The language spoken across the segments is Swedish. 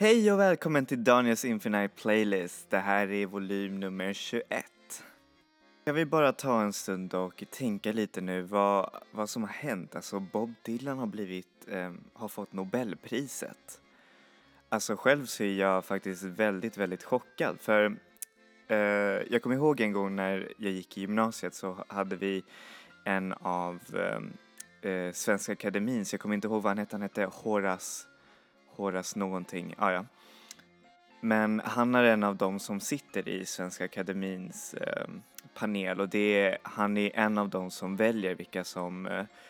Hej och välkommen till Daniels Infinite Playlist. Det här är volym nummer 21. Jag vill bara ta en stund och tänka lite nu vad som har hänt. Alltså Bob Dylan har fått Nobelpriset. Alltså själv så är jag faktiskt väldigt, väldigt chockad. För jag kommer ihåg en gång när jag gick i gymnasiet så hade vi en av Svenska Akademin. Så jag kommer inte ihåg vad han hette Horace någonting. Ja. Men han är en av dem som sitter i Svenska Akademins panel och han är en av dem som väljer vilka som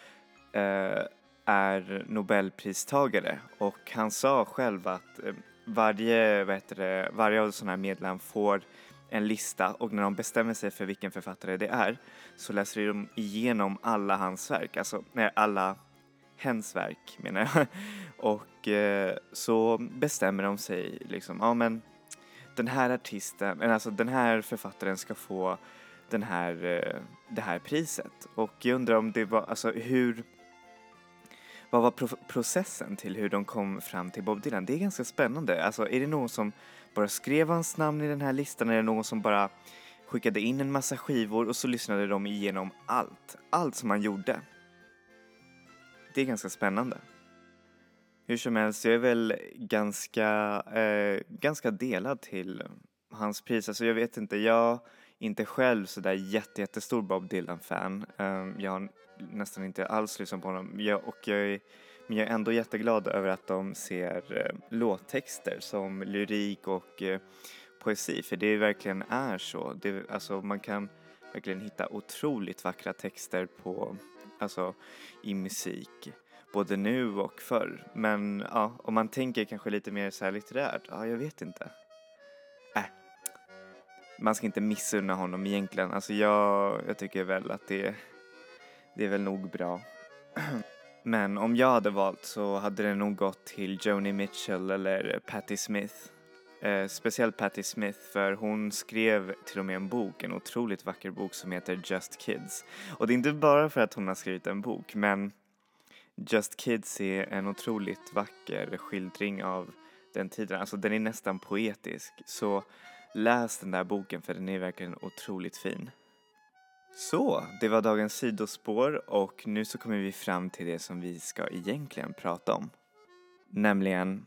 är Nobelpristagare. Och han sa själv att varje av sådana här medlem får en lista och när de bestämmer sig för vilken författare det är så läser de igenom alla hans verk, alltså alla hens verk menar jag. Och så bestämmer de sig liksom, ja men den här artisten, alltså den här författaren ska få det här priset. Och jag undrar om det var, alltså vad var processen till hur de kom fram till Bob Dylan? Det är ganska spännande. Alltså är det någon som bara skrev hans namn i den här listan, eller är det någon som bara skickade in en massa skivor och så lyssnade de igenom allt som han gjorde? Det är ganska spännande. Hur som helst, jag är väl ganska delad till hans pris. Alltså jag vet inte, jag är inte själv så där jättestor Bob Dylan-fan. Jag har nästan inte alls lyssnat på honom. Men jag är ändå jätteglad över att de ser låttexter som lyrik och poesi. För det verkligen är så. Alltså man kan verkligen hitta otroligt vackra texter i musik. Både nu och förr. Men ja, om man tänker kanske lite mer så här litterärt. Ja, jag vet inte. Man ska inte missunna honom egentligen. Alltså jag tycker väl att det är väl nog bra. Men om jag hade valt så hade det nog gått till Joni Mitchell eller Patti Smith. Speciellt Patti Smith, för hon skrev till och med en otroligt vacker bok som heter Just Kids. Och det är inte bara för att hon har skrivit en bok, men Just Kids är en otroligt vacker skildring av den tiden. Alltså den är nästan poetisk. Så läs den där boken, för den är verkligen otroligt fin. Så, det var dagens sidospår och nu så kommer vi fram till det som vi ska egentligen prata om. Nämligen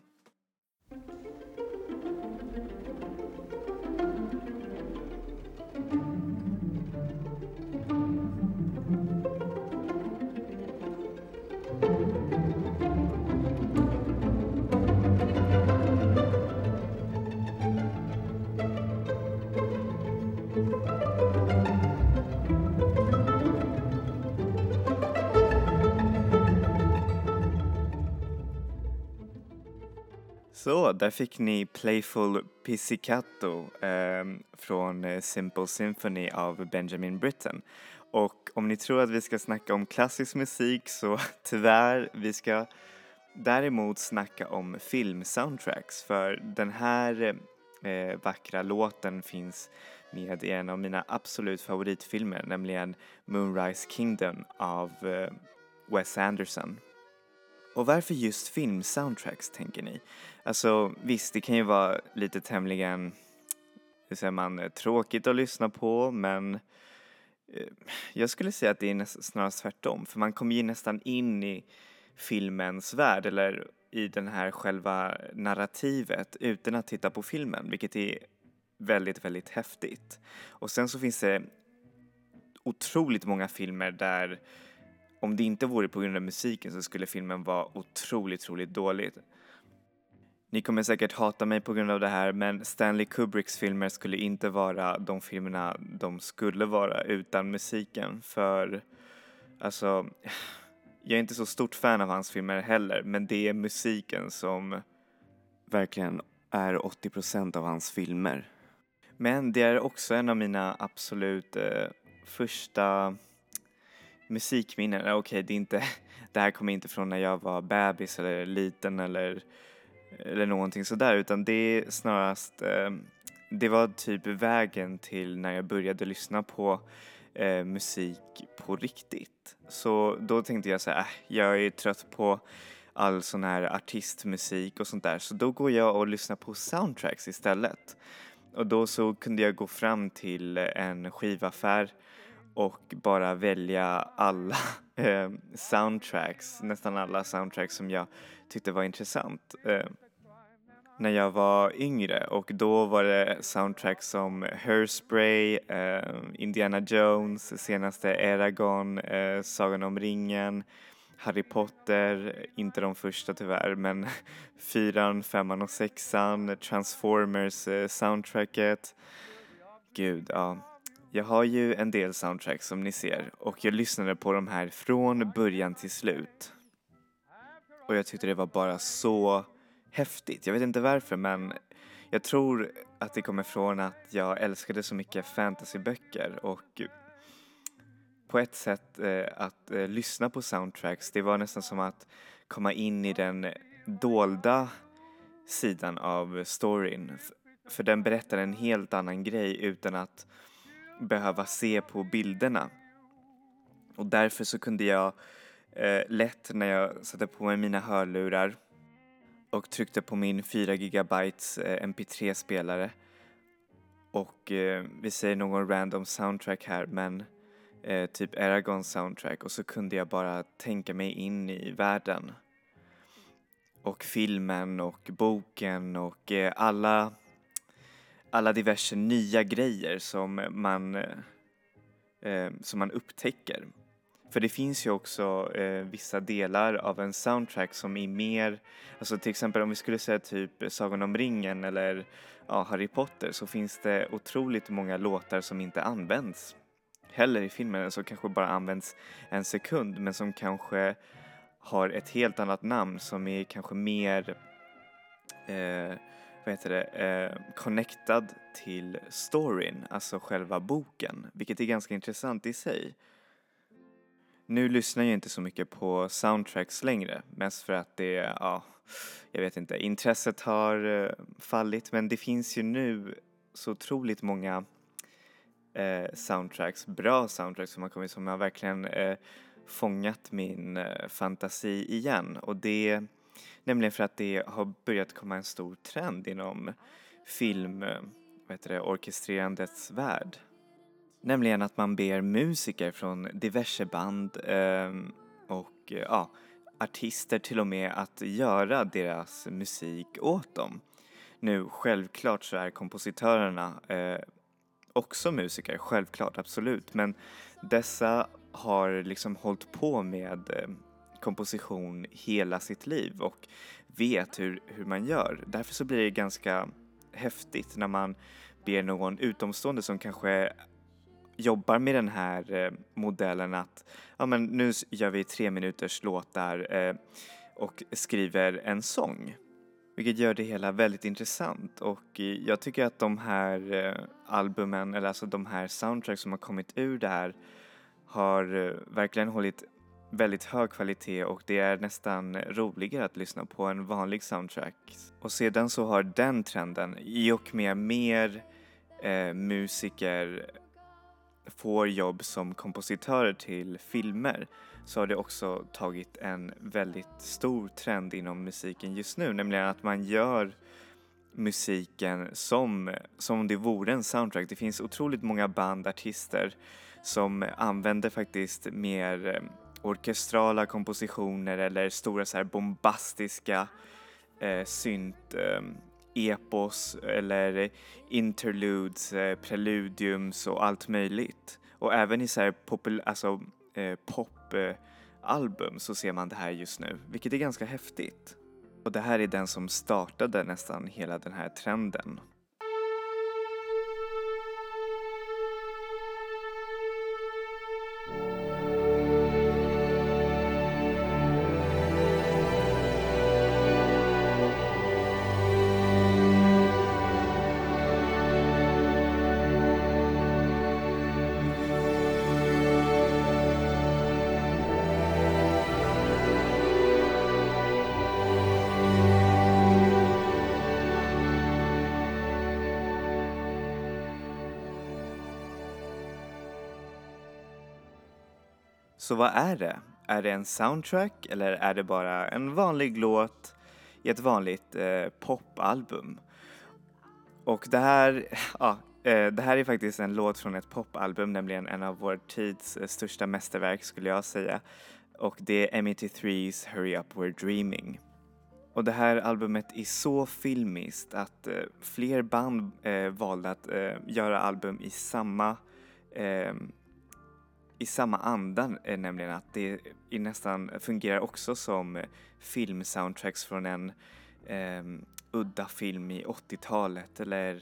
så, där fick ni Playful Pizzicato från Simple Symphony av Benjamin Britten. Och om ni tror att vi ska snacka om klassisk musik så tyvärr, vi ska däremot snacka om filmsoundtracks. För den här vackra låten finns med i en av mina absolut favoritfilmer, nämligen Moonrise Kingdom av Wes Anderson. Och varför just filmsoundtracks, tänker ni? Alltså visst, det kan ju vara lite tämligen, hur säger man, tråkigt att lyssna på, men jag skulle säga att det är snarast tvärtom. För man kommer ju nästan in i filmens värld eller i den här själva narrativet utan att titta på filmen, vilket är väldigt, väldigt häftigt. Och sen så finns det otroligt många filmer där om det inte vore på grund av musiken så skulle filmen vara otroligt dåligt. Ni kommer säkert hata mig på grund av det här, men Stanley Kubricks filmer skulle inte vara de filmerna de skulle vara utan musiken. För alltså, jag är inte så stort fan av hans filmer heller, men det är musiken som verkligen är 80% av hans filmer. Men det är också en av mina absolut första musikminnen. Okej, det här kommer inte från när jag var bebis eller liten eller någonting sådär, utan det är snarast det var typ vägen till när jag började lyssna på musik på riktigt. Så då tänkte jag så här, jag är trött på all sån här artistmusik och sånt där. Så då går jag och lyssnar på soundtracks istället. Och då så kunde jag gå fram till en skivaffär och bara välja alla soundtracks, nästan alla soundtracks som jag tyckte var intressant när jag var yngre. Och då var det soundtracks som Hairspray, Indiana Jones, senaste Eragon, Sagan om ringen, Harry Potter, inte de första tyvärr, men 4, 5 och 6, Transformers soundtracket. Gud, ja. Jag har ju en del soundtracks som ni ser och jag lyssnade på de här från början till slut. Och jag tyckte det var bara så häftigt. Jag vet inte varför, men jag tror att det kommer från att jag älskade så mycket fantasyböcker och på ett sätt att lyssna på soundtracks, det var nästan som att komma in i den dolda sidan av storyn. För den berättar en helt annan grej utan att behöva se på bilderna. Och därför så kunde jag lätt när jag satte på mig mina hörlurar och tryckte på min 4 gigabytes mp3-spelare och vi säger någon random soundtrack här, men typ Eragon soundtrack, och så kunde jag bara tänka mig in i världen och filmen och boken och alla diverse nya grejer som man upptäcker. För det finns ju också vissa delar av en soundtrack som är mer, alltså till exempel om vi skulle säga typ Sagan om ringen eller Harry Potter, så finns det otroligt många låtar som inte används heller i filmen, så kanske bara används en sekund, men som kanske har ett helt annat namn som är kanske mer connectad till storyn, alltså själva boken, vilket är ganska intressant i sig. Nu lyssnar jag inte så mycket på soundtracks längre, mest för att jag vet inte, intresset har fallit, men det finns ju nu så otroligt många soundtracks, bra soundtracks som har verkligen fångat min fantasi igen, och det nämligen för att det har börjat komma en stor trend inom orkestrerandets värld. Nämligen att man ber musiker från diverse band och artister till och med att göra deras musik åt dem. Nu självklart så är kompositörerna också musiker, självklart, absolut. Men dessa har liksom hållit på med komposition hela sitt liv och vet hur man gör. Därför så blir det ganska häftigt när man ber någon utomstående som kanske jobbar med den här modellen att men nu gör vi 3 minuters låtar och skriver en sång. Vilket gör det hela väldigt intressant, och jag tycker att de här albumen, eller alltså de här soundtracks som har kommit ur det här, har verkligen hållit väldigt hög kvalitet, och det är nästan roligare att lyssna på en vanlig soundtrack. Och sedan så har den trenden, i och med mer musiker får jobb som kompositörer till filmer, så har det också tagit en väldigt stor trend inom musiken just nu, nämligen att man gör musiken som det vore en soundtrack. Det finns otroligt många band, artister som använder faktiskt mer orkestrala kompositioner eller stora så här bombastiska epos eller interludes, preludiums och allt möjligt. Och även i så här popalbum så ser man det här just nu, vilket är ganska häftigt. Och det här är den som startade nästan hela den här trenden. Så vad är det? Är det en soundtrack eller är det bara en vanlig låt i ett vanligt popalbum? Och det här, det här är faktiskt en låt från ett popalbum, nämligen en av vår tids största mästerverk skulle jag säga. Och det är M83's Hurry Up We're Dreaming. Och det här albumet är så filmiskt att fler band valde att göra album i samma andan, nämligen att det nästan fungerar också som filmsoundtracks från en udda film i 80-talet eller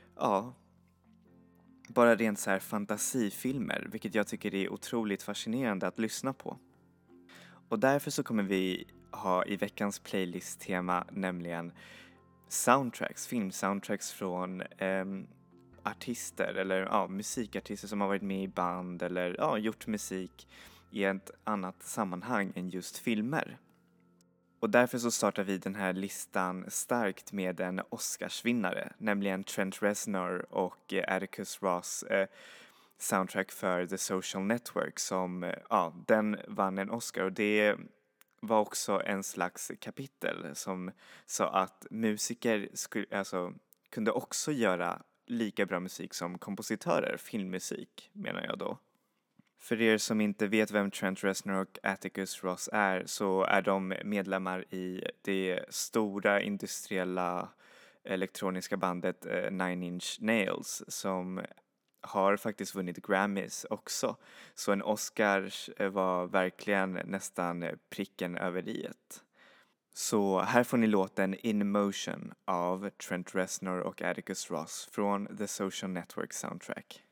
bara rent så här fantasifilmer, vilket jag tycker är otroligt fascinerande att lyssna på. Och därför så kommer vi ha i veckans playlist-tema nämligen soundtracks, filmsoundtracks från artister eller musikartister som har varit med i band eller gjort musik i ett annat sammanhang än just filmer. Och därför så startar vi den här listan starkt med en Oscarsvinnare, nämligen Trent Reznor och Atticus Ross soundtrack för The Social Network som, den vann en Oscar, och det var också en slags kapitel som sa att musiker kunde också göra lika bra musik som kompositörer, filmmusik menar jag då. För er som inte vet vem Trent Reznor och Atticus Ross är, så är de medlemmar i det stora industriella elektroniska bandet Nine Inch Nails som har faktiskt vunnit Grammys också. Så en Oscars var verkligen nästan pricken över i-et. Så här får ni låten In Motion av Trent Reznor och Atticus Ross från The Social Network soundtrack.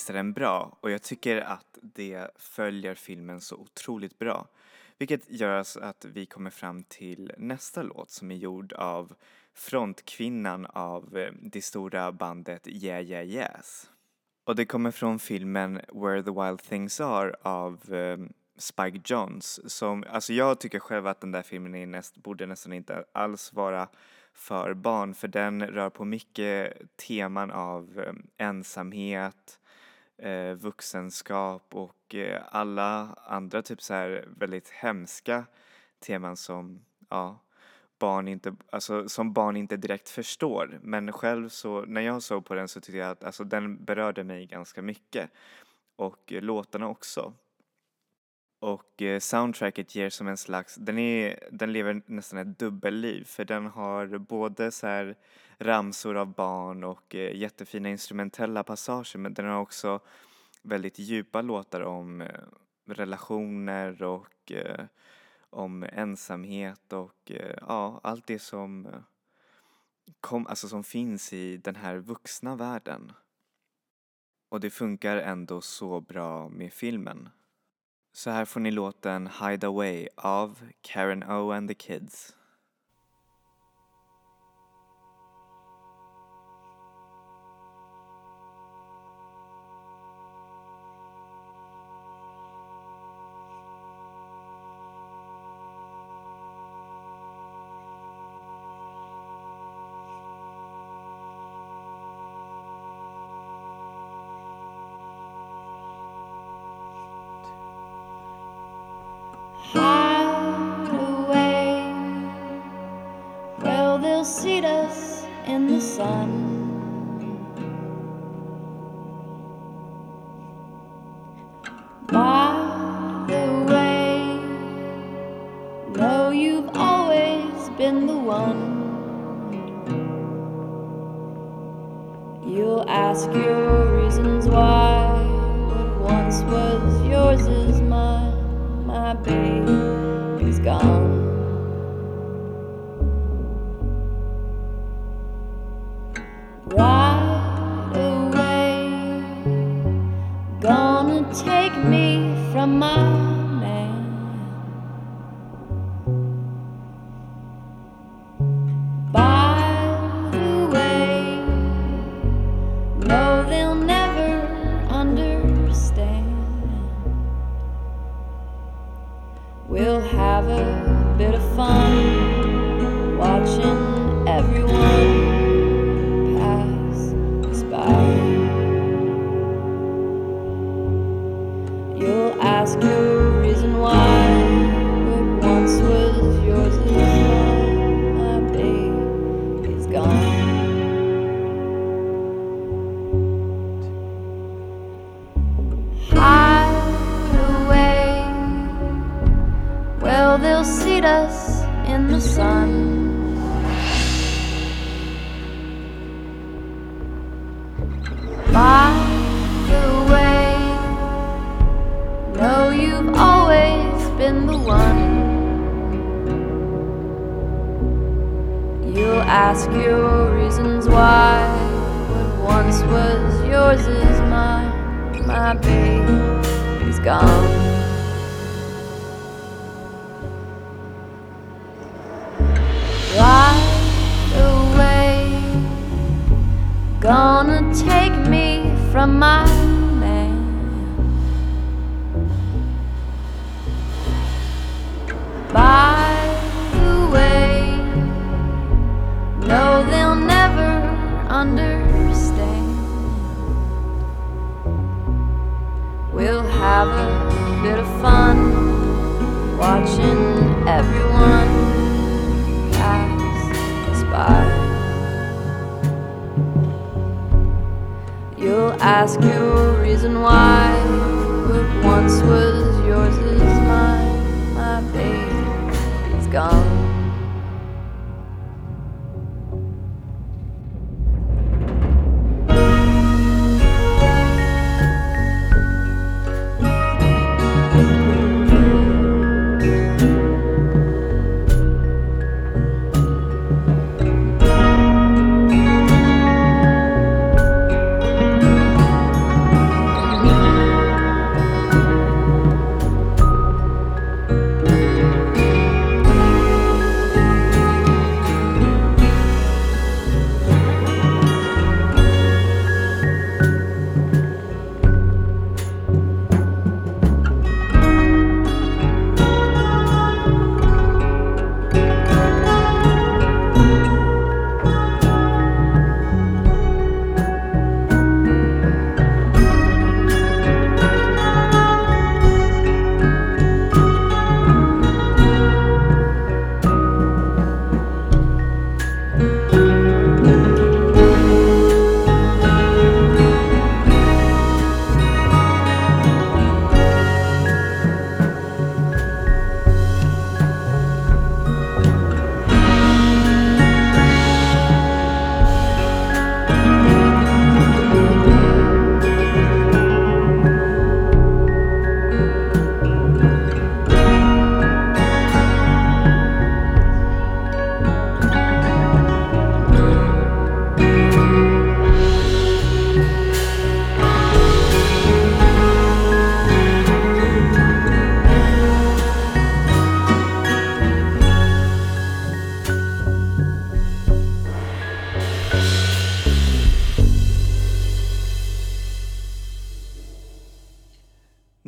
visst är den bra och jag tycker att det följer filmen så otroligt bra. Vilket gör så att vi kommer fram till nästa låt som är gjord av frontkvinnan av det stora bandet Yeah Yeah Yeahs. Och det kommer från filmen Where the Wild Things Are av Spike Jonze. Som, alltså jag tycker själv att den där filmen borde nästan inte alls vara för barn. För den rör på mycket teman av ensamhet, vuxenskap och alla andra typ så här väldigt hemska teman som som barn inte direkt förstår. Men själv så, när jag såg på den så tyckte jag att alltså, den berörde mig ganska mycket. Och låtarna också. Och soundtracket ger som en slags, den lever nästan ett dubbelliv. För den har både så här ramsor av barn och jättefina instrumentella passager. Men den har också väldigt djupa låtar om relationer och om ensamhet och allt det som som finns i den här vuxna världen. Och det funkar ändå så bra med filmen. Så här får ni låten Hideaway av Karen O and the Kids. Hideaway, well, they'll seat us in the sun. By the way, no, you've always been the one. You'll ask your reasons why what once was yours is mine. My baby's gone. Right away, gonna take me from my man. By the way, no, they'll never understand. We'll have a bit of fun watching everyone pass us by. You'll ask your reason why what once was yours is mine. My baby's gone. Well, they'll seat us in the sun. By the way, no, you've always been the one. You'll ask your reasons why what once was yours is mine. My baby's gone. Right away, gonna take me from my man. By the way, no, they'll never understand. We'll have a bit of fun watching everyone by. You'll ask your reason why what once was yours is mine. My baby's gone.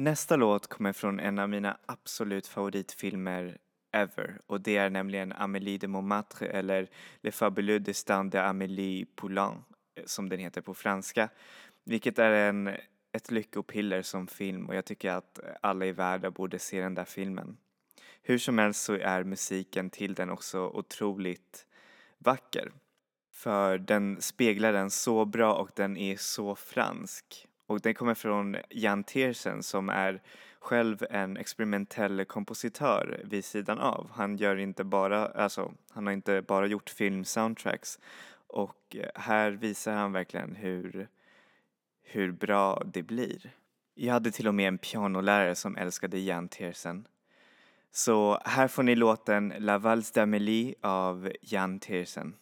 Nästa låt kommer från en av mina absolut favoritfilmer ever och det är nämligen Amélie de Montmartre eller Le fabuleux destin de Amélie Poulain som den heter på franska, vilket är ett lyckopiller som film och jag tycker att alla i världen borde se den där filmen. Hur som helst så är musiken till den också otroligt vacker. För den speglar den så bra och den är så fransk. Och den kommer från Jan Tiersen som är själv en experimentell kompositör vid sidan av. Han har inte bara gjort filmsoundtracks. Och här visar han verkligen hur bra det blir. Jag hade till och med en pianolärare som älskade Jan Tiersen. Så här får ni låten La Valse d'Amélie av Jan Tiersen.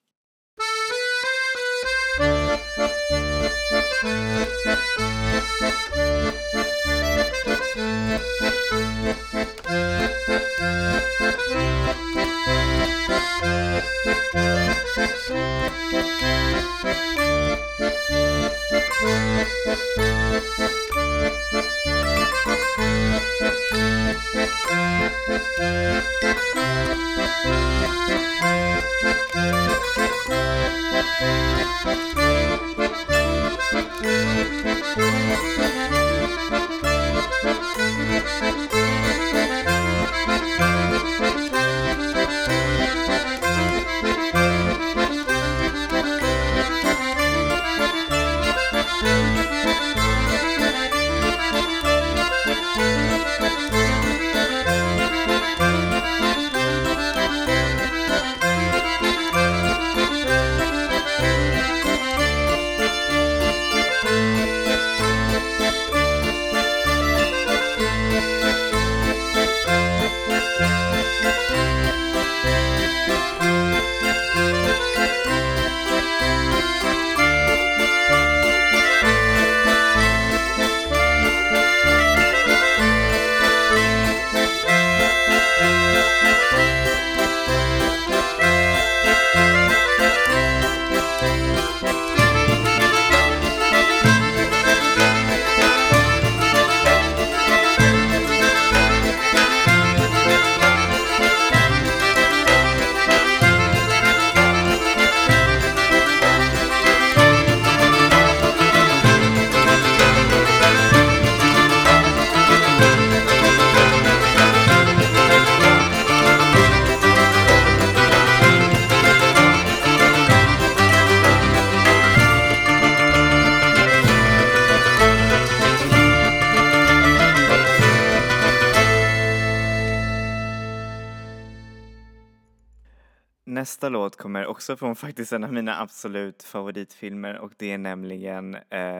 Nästa låt kommer också från faktiskt en av mina absolut favoritfilmer och det är nämligen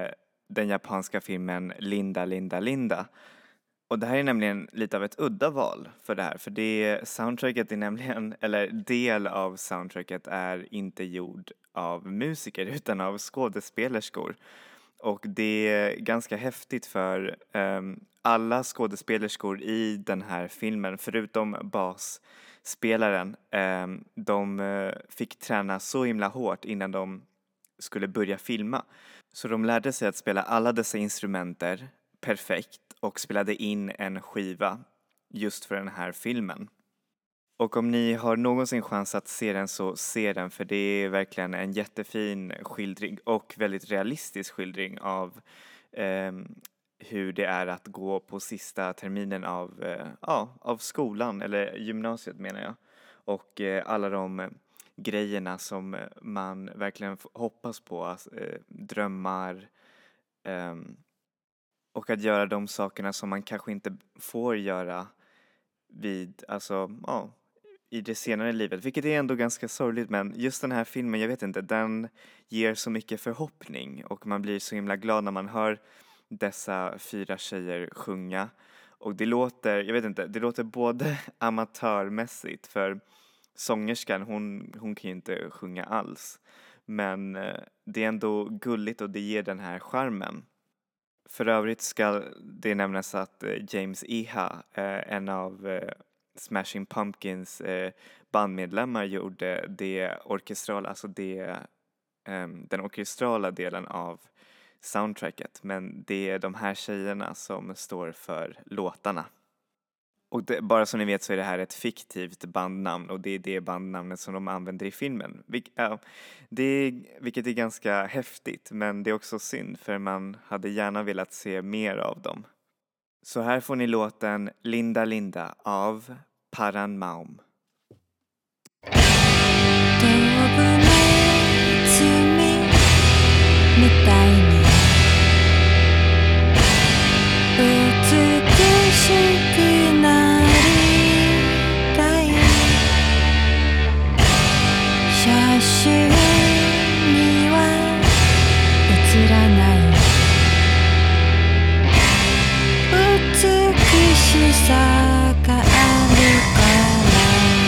den japanska filmen Linda, Linda, Linda. Och det här är nämligen lite av ett udda val för det här, för soundtracket är nämligen, eller del av soundtracket är inte gjord av musiker utan av skådespelerskor. Och det är ganska häftigt för alla skådespelerskor i den här filmen, förutom basspelaren, de fick träna så himla hårt innan de skulle börja filma. Så de lärde sig att spela alla dessa instrumenter perfekt och spelade in en skiva just för den här filmen. Och om ni har någonsin chans att se den så se den, för det är verkligen en jättefin skildring och väldigt realistisk skildring av hur det är att gå på sista terminen av skolan, eller gymnasiet menar jag. Och alla de grejerna som man verkligen hoppas på, drömmar och att göra de sakerna som man kanske inte får göra i det senare livet, vilket är ändå ganska sorgligt, men just den här filmen, jag vet inte, den ger så mycket förhoppning och man blir så himla glad när man hör dessa 4 tjejer sjunga. Och det låter både amatörmässigt, för sångerskan hon kan ju inte sjunga alls, men det är ändå gulligt och det ger den här charmen. För övrigt ska det nämnas att James Iha, en av Smashing Pumpkins bandmedlemmar, gjorde den orkestrala delen av soundtracket, men det är de här tjejerna som står för låtarna. Och bara så ni vet så är det här ett fiktivt bandnamn och det är det bandnamnet som de använder i filmen. Vilket är ganska häftigt, men det är också synd för man hade gärna velat se mer av dem. Så här får ni låten Linda Linda av Paran Maum. みたいに美しくなりたい写真には写らない美しさがあるから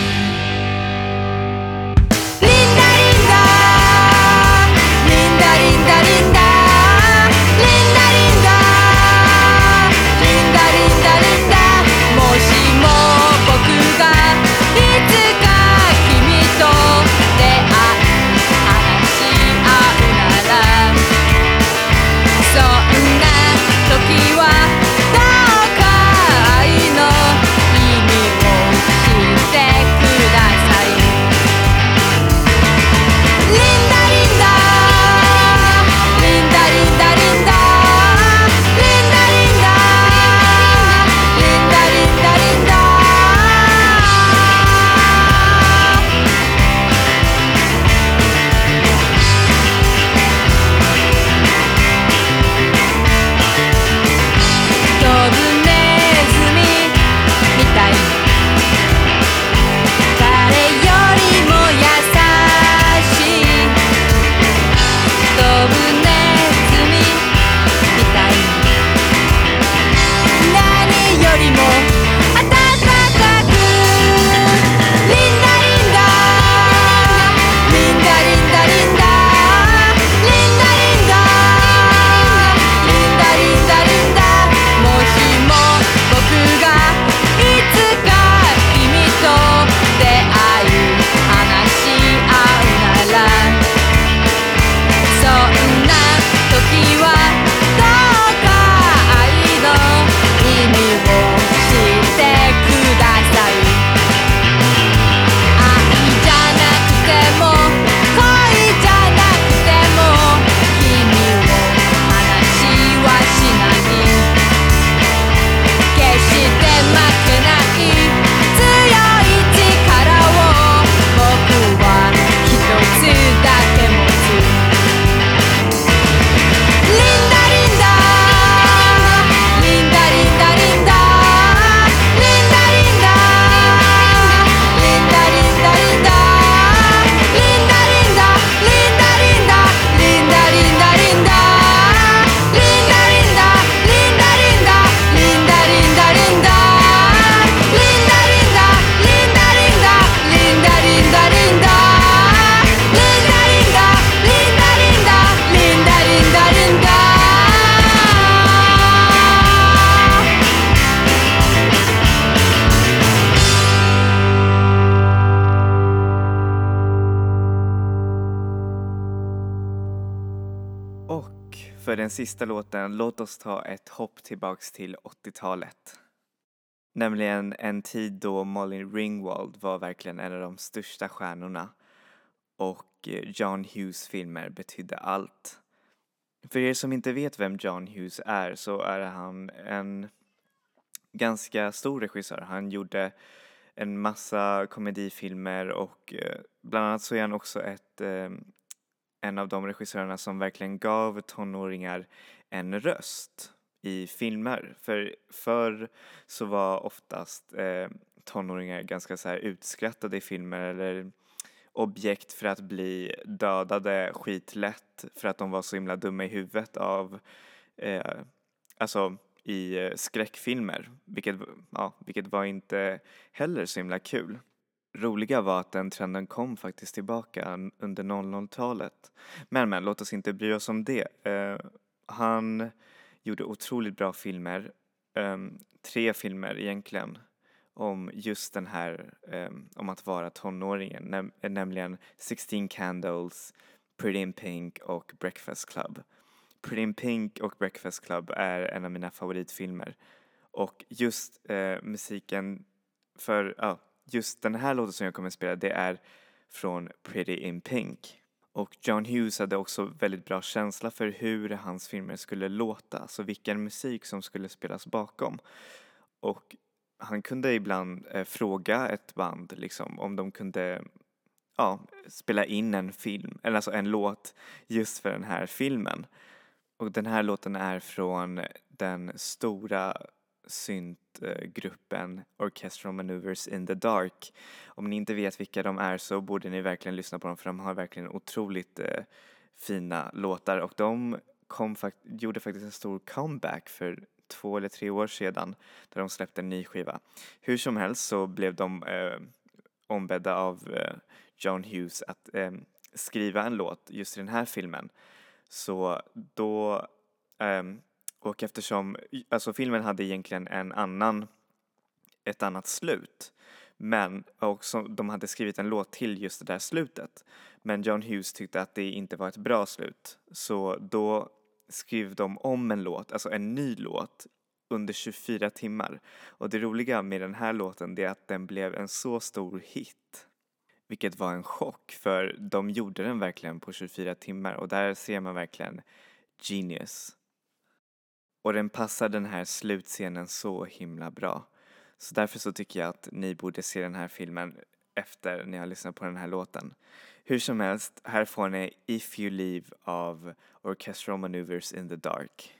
För den sista låten, låt oss ta ett hopp tillbaks till 80-talet. Nämligen en tid då Molly Ringwald var verkligen en av de största stjärnorna och John Hughes filmer betydde allt. För er som inte vet vem John Hughes är så är han en ganska stor regissör. Han gjorde en massa komedifilmer och bland annat så är han också en av de regissörerna som verkligen gav tonåringar en röst i filmer. För förr så var oftast tonåringar ganska så här utskrattade i filmer eller objekt för att bli dödade skitlätt för att de var så himla dumma i huvudet av alltså i skräckfilmer, vilket var inte heller så himla kul. Roliga var att den trenden kom faktiskt tillbaka under 00-talet. Men låt oss inte bry oss om det. Han gjorde otroligt bra filmer. 3 filmer egentligen om just den här om att vara tonåringen, nämligen 16 Candles, Pretty in Pink och Breakfast Club. Pretty in Pink och Breakfast Club är en av mina favoritfilmer. Och just musiken för, just den här låten som jag kommer att spela, det är från Pretty in Pink. Och John Hughes hade också väldigt bra känsla för hur hans filmer skulle låta, så vilken musik som skulle spelas bakom. Och han kunde ibland fråga ett band liksom, om de kunde spela in en film, eller alltså en låt just för den här filmen. Och den här låten är från den stora syntgruppen Orchestral Maneuvers in the Dark. Om ni inte vet vilka de är så borde ni verkligen lyssna på dem, för de har verkligen otroligt fina låtar. Och de gjorde faktiskt en stor comeback för 2 eller 3 år sedan, där de släppte en ny skiva. Hur som helst så blev de ombedda av John Hughes att skriva en låt just i den här filmen. Så då, och eftersom, alltså filmen hade egentligen ett annat slut, men också de hade skrivit en låt till just det där slutet. Men John Hughes tyckte att det inte var ett bra slut, så då skrev de om en låt, alltså en ny låt, under 24 timmar. Och det roliga med den här låten är att den blev en så stor hit. Vilket var en chock, för de gjorde den verkligen på 24 timmar. Och där ser man verkligen genius. Och den passar den här slutscenen så himla bra. Så därför så tycker jag att ni borde se den här filmen efter ni har lyssnat på den här låten. Hur som helst, här får ni If You Leave av Orchestral Maneuvers in the Dark.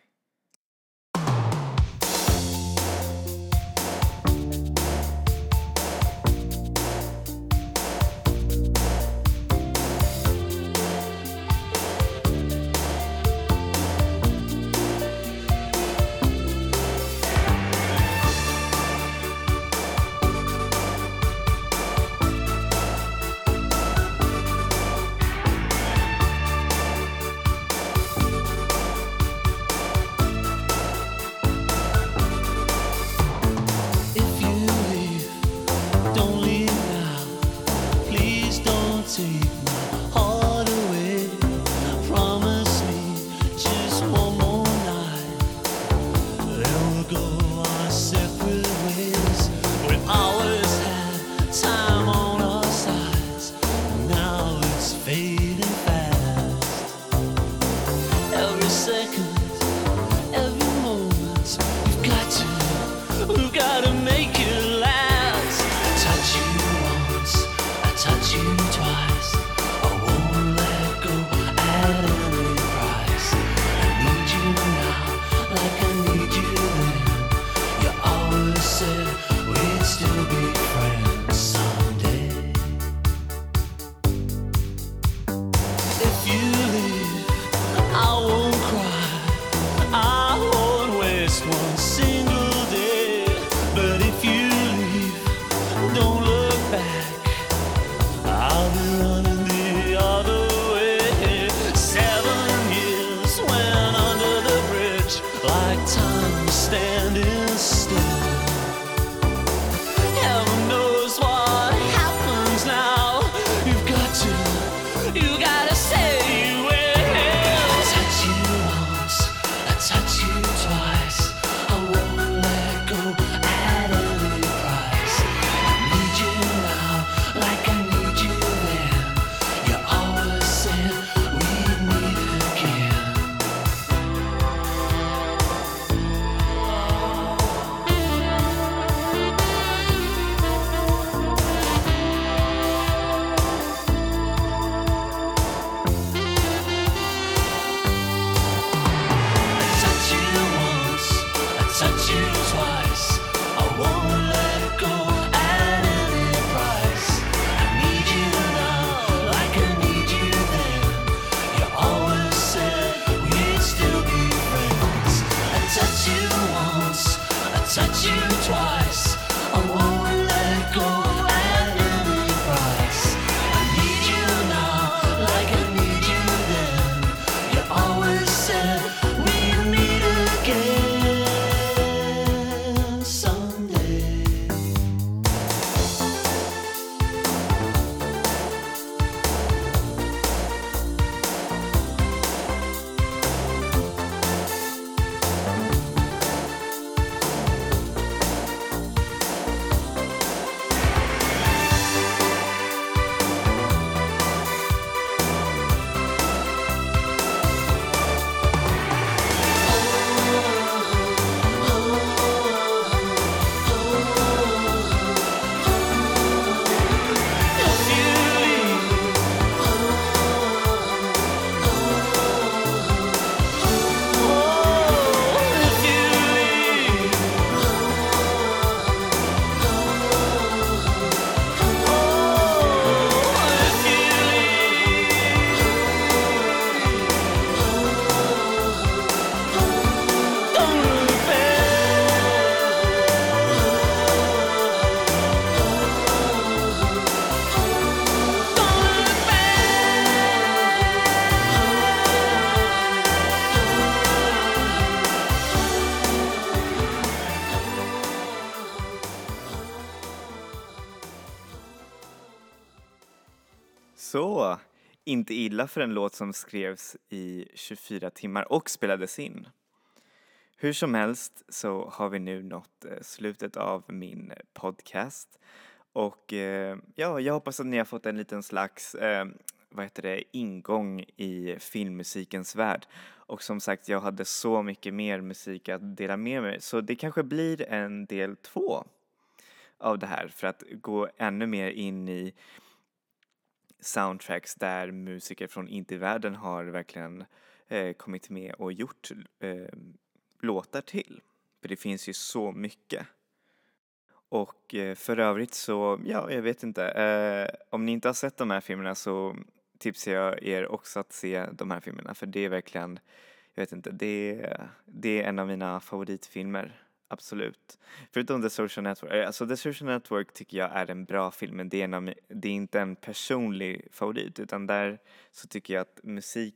Så, inte illa för en låt som skrevs i 24 timmar och spelades in. Hur som helst så har vi nu nått slutet av min podcast. Och ja, jag hoppas att ni har fått en liten slags ingång i filmmusikens värld. Och som sagt, jag hade så mycket mer musik att dela med mig. Så det kanske blir en del 2 av det här för att gå ännu mer in i soundtracks där musiker från indie-världen har verkligen kommit med och gjort låtar till. För det finns ju så mycket. Och för övrigt så, ja, jag vet inte. Om ni inte har sett de här filmerna så tipsar jag er också att se de här filmerna. För det är verkligen, jag vet inte, det är en av mina favoritfilmer. Absolut. Förutom The Social Network. Alltså The Social Network tycker jag är en bra film, men det är inte en personlig favorit. Utan där så tycker jag att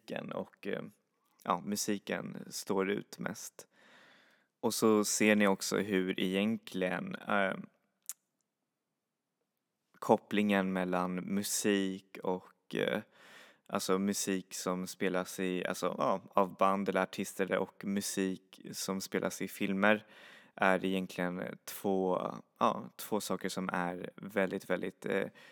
musiken står ut mest. Och så ser ni också hur egentligen kopplingen mellan musik och alltså musik som spelas av band eller artister och musik som spelas i filmer är egentligen två saker som är väldigt, väldigt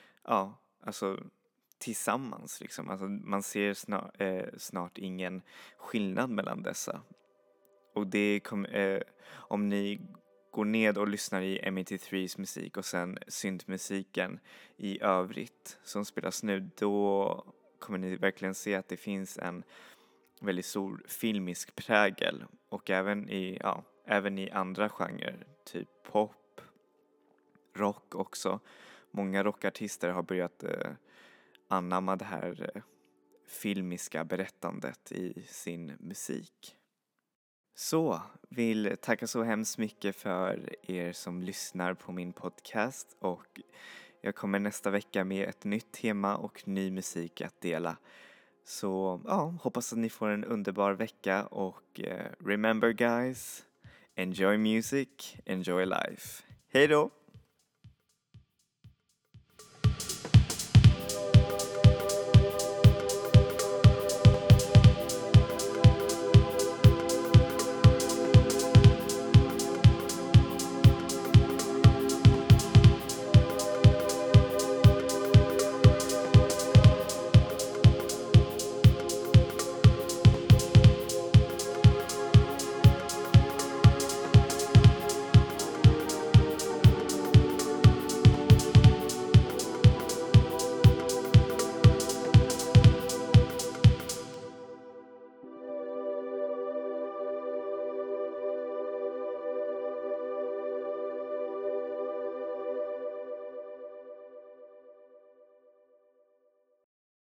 tillsammans liksom. Alltså man ser snart ingen skillnad mellan dessa. Och om ni går ned och lyssnar i M83s musik och sen syntmusiken i övrigt som spelas nu, då kommer ni verkligen se att det finns en väldigt stor filmisk prägel. Och även i andra genrer, typ pop, rock också. Många rockartister har börjat anamma det här filmiska berättandet i sin musik. Så, vill tacka så hemskt mycket för er som lyssnar på min podcast och jag kommer nästa vecka med ett nytt tema och ny musik att dela. Så hoppas att ni får en underbar vecka och remember guys, enjoy music, enjoy life. Hej då!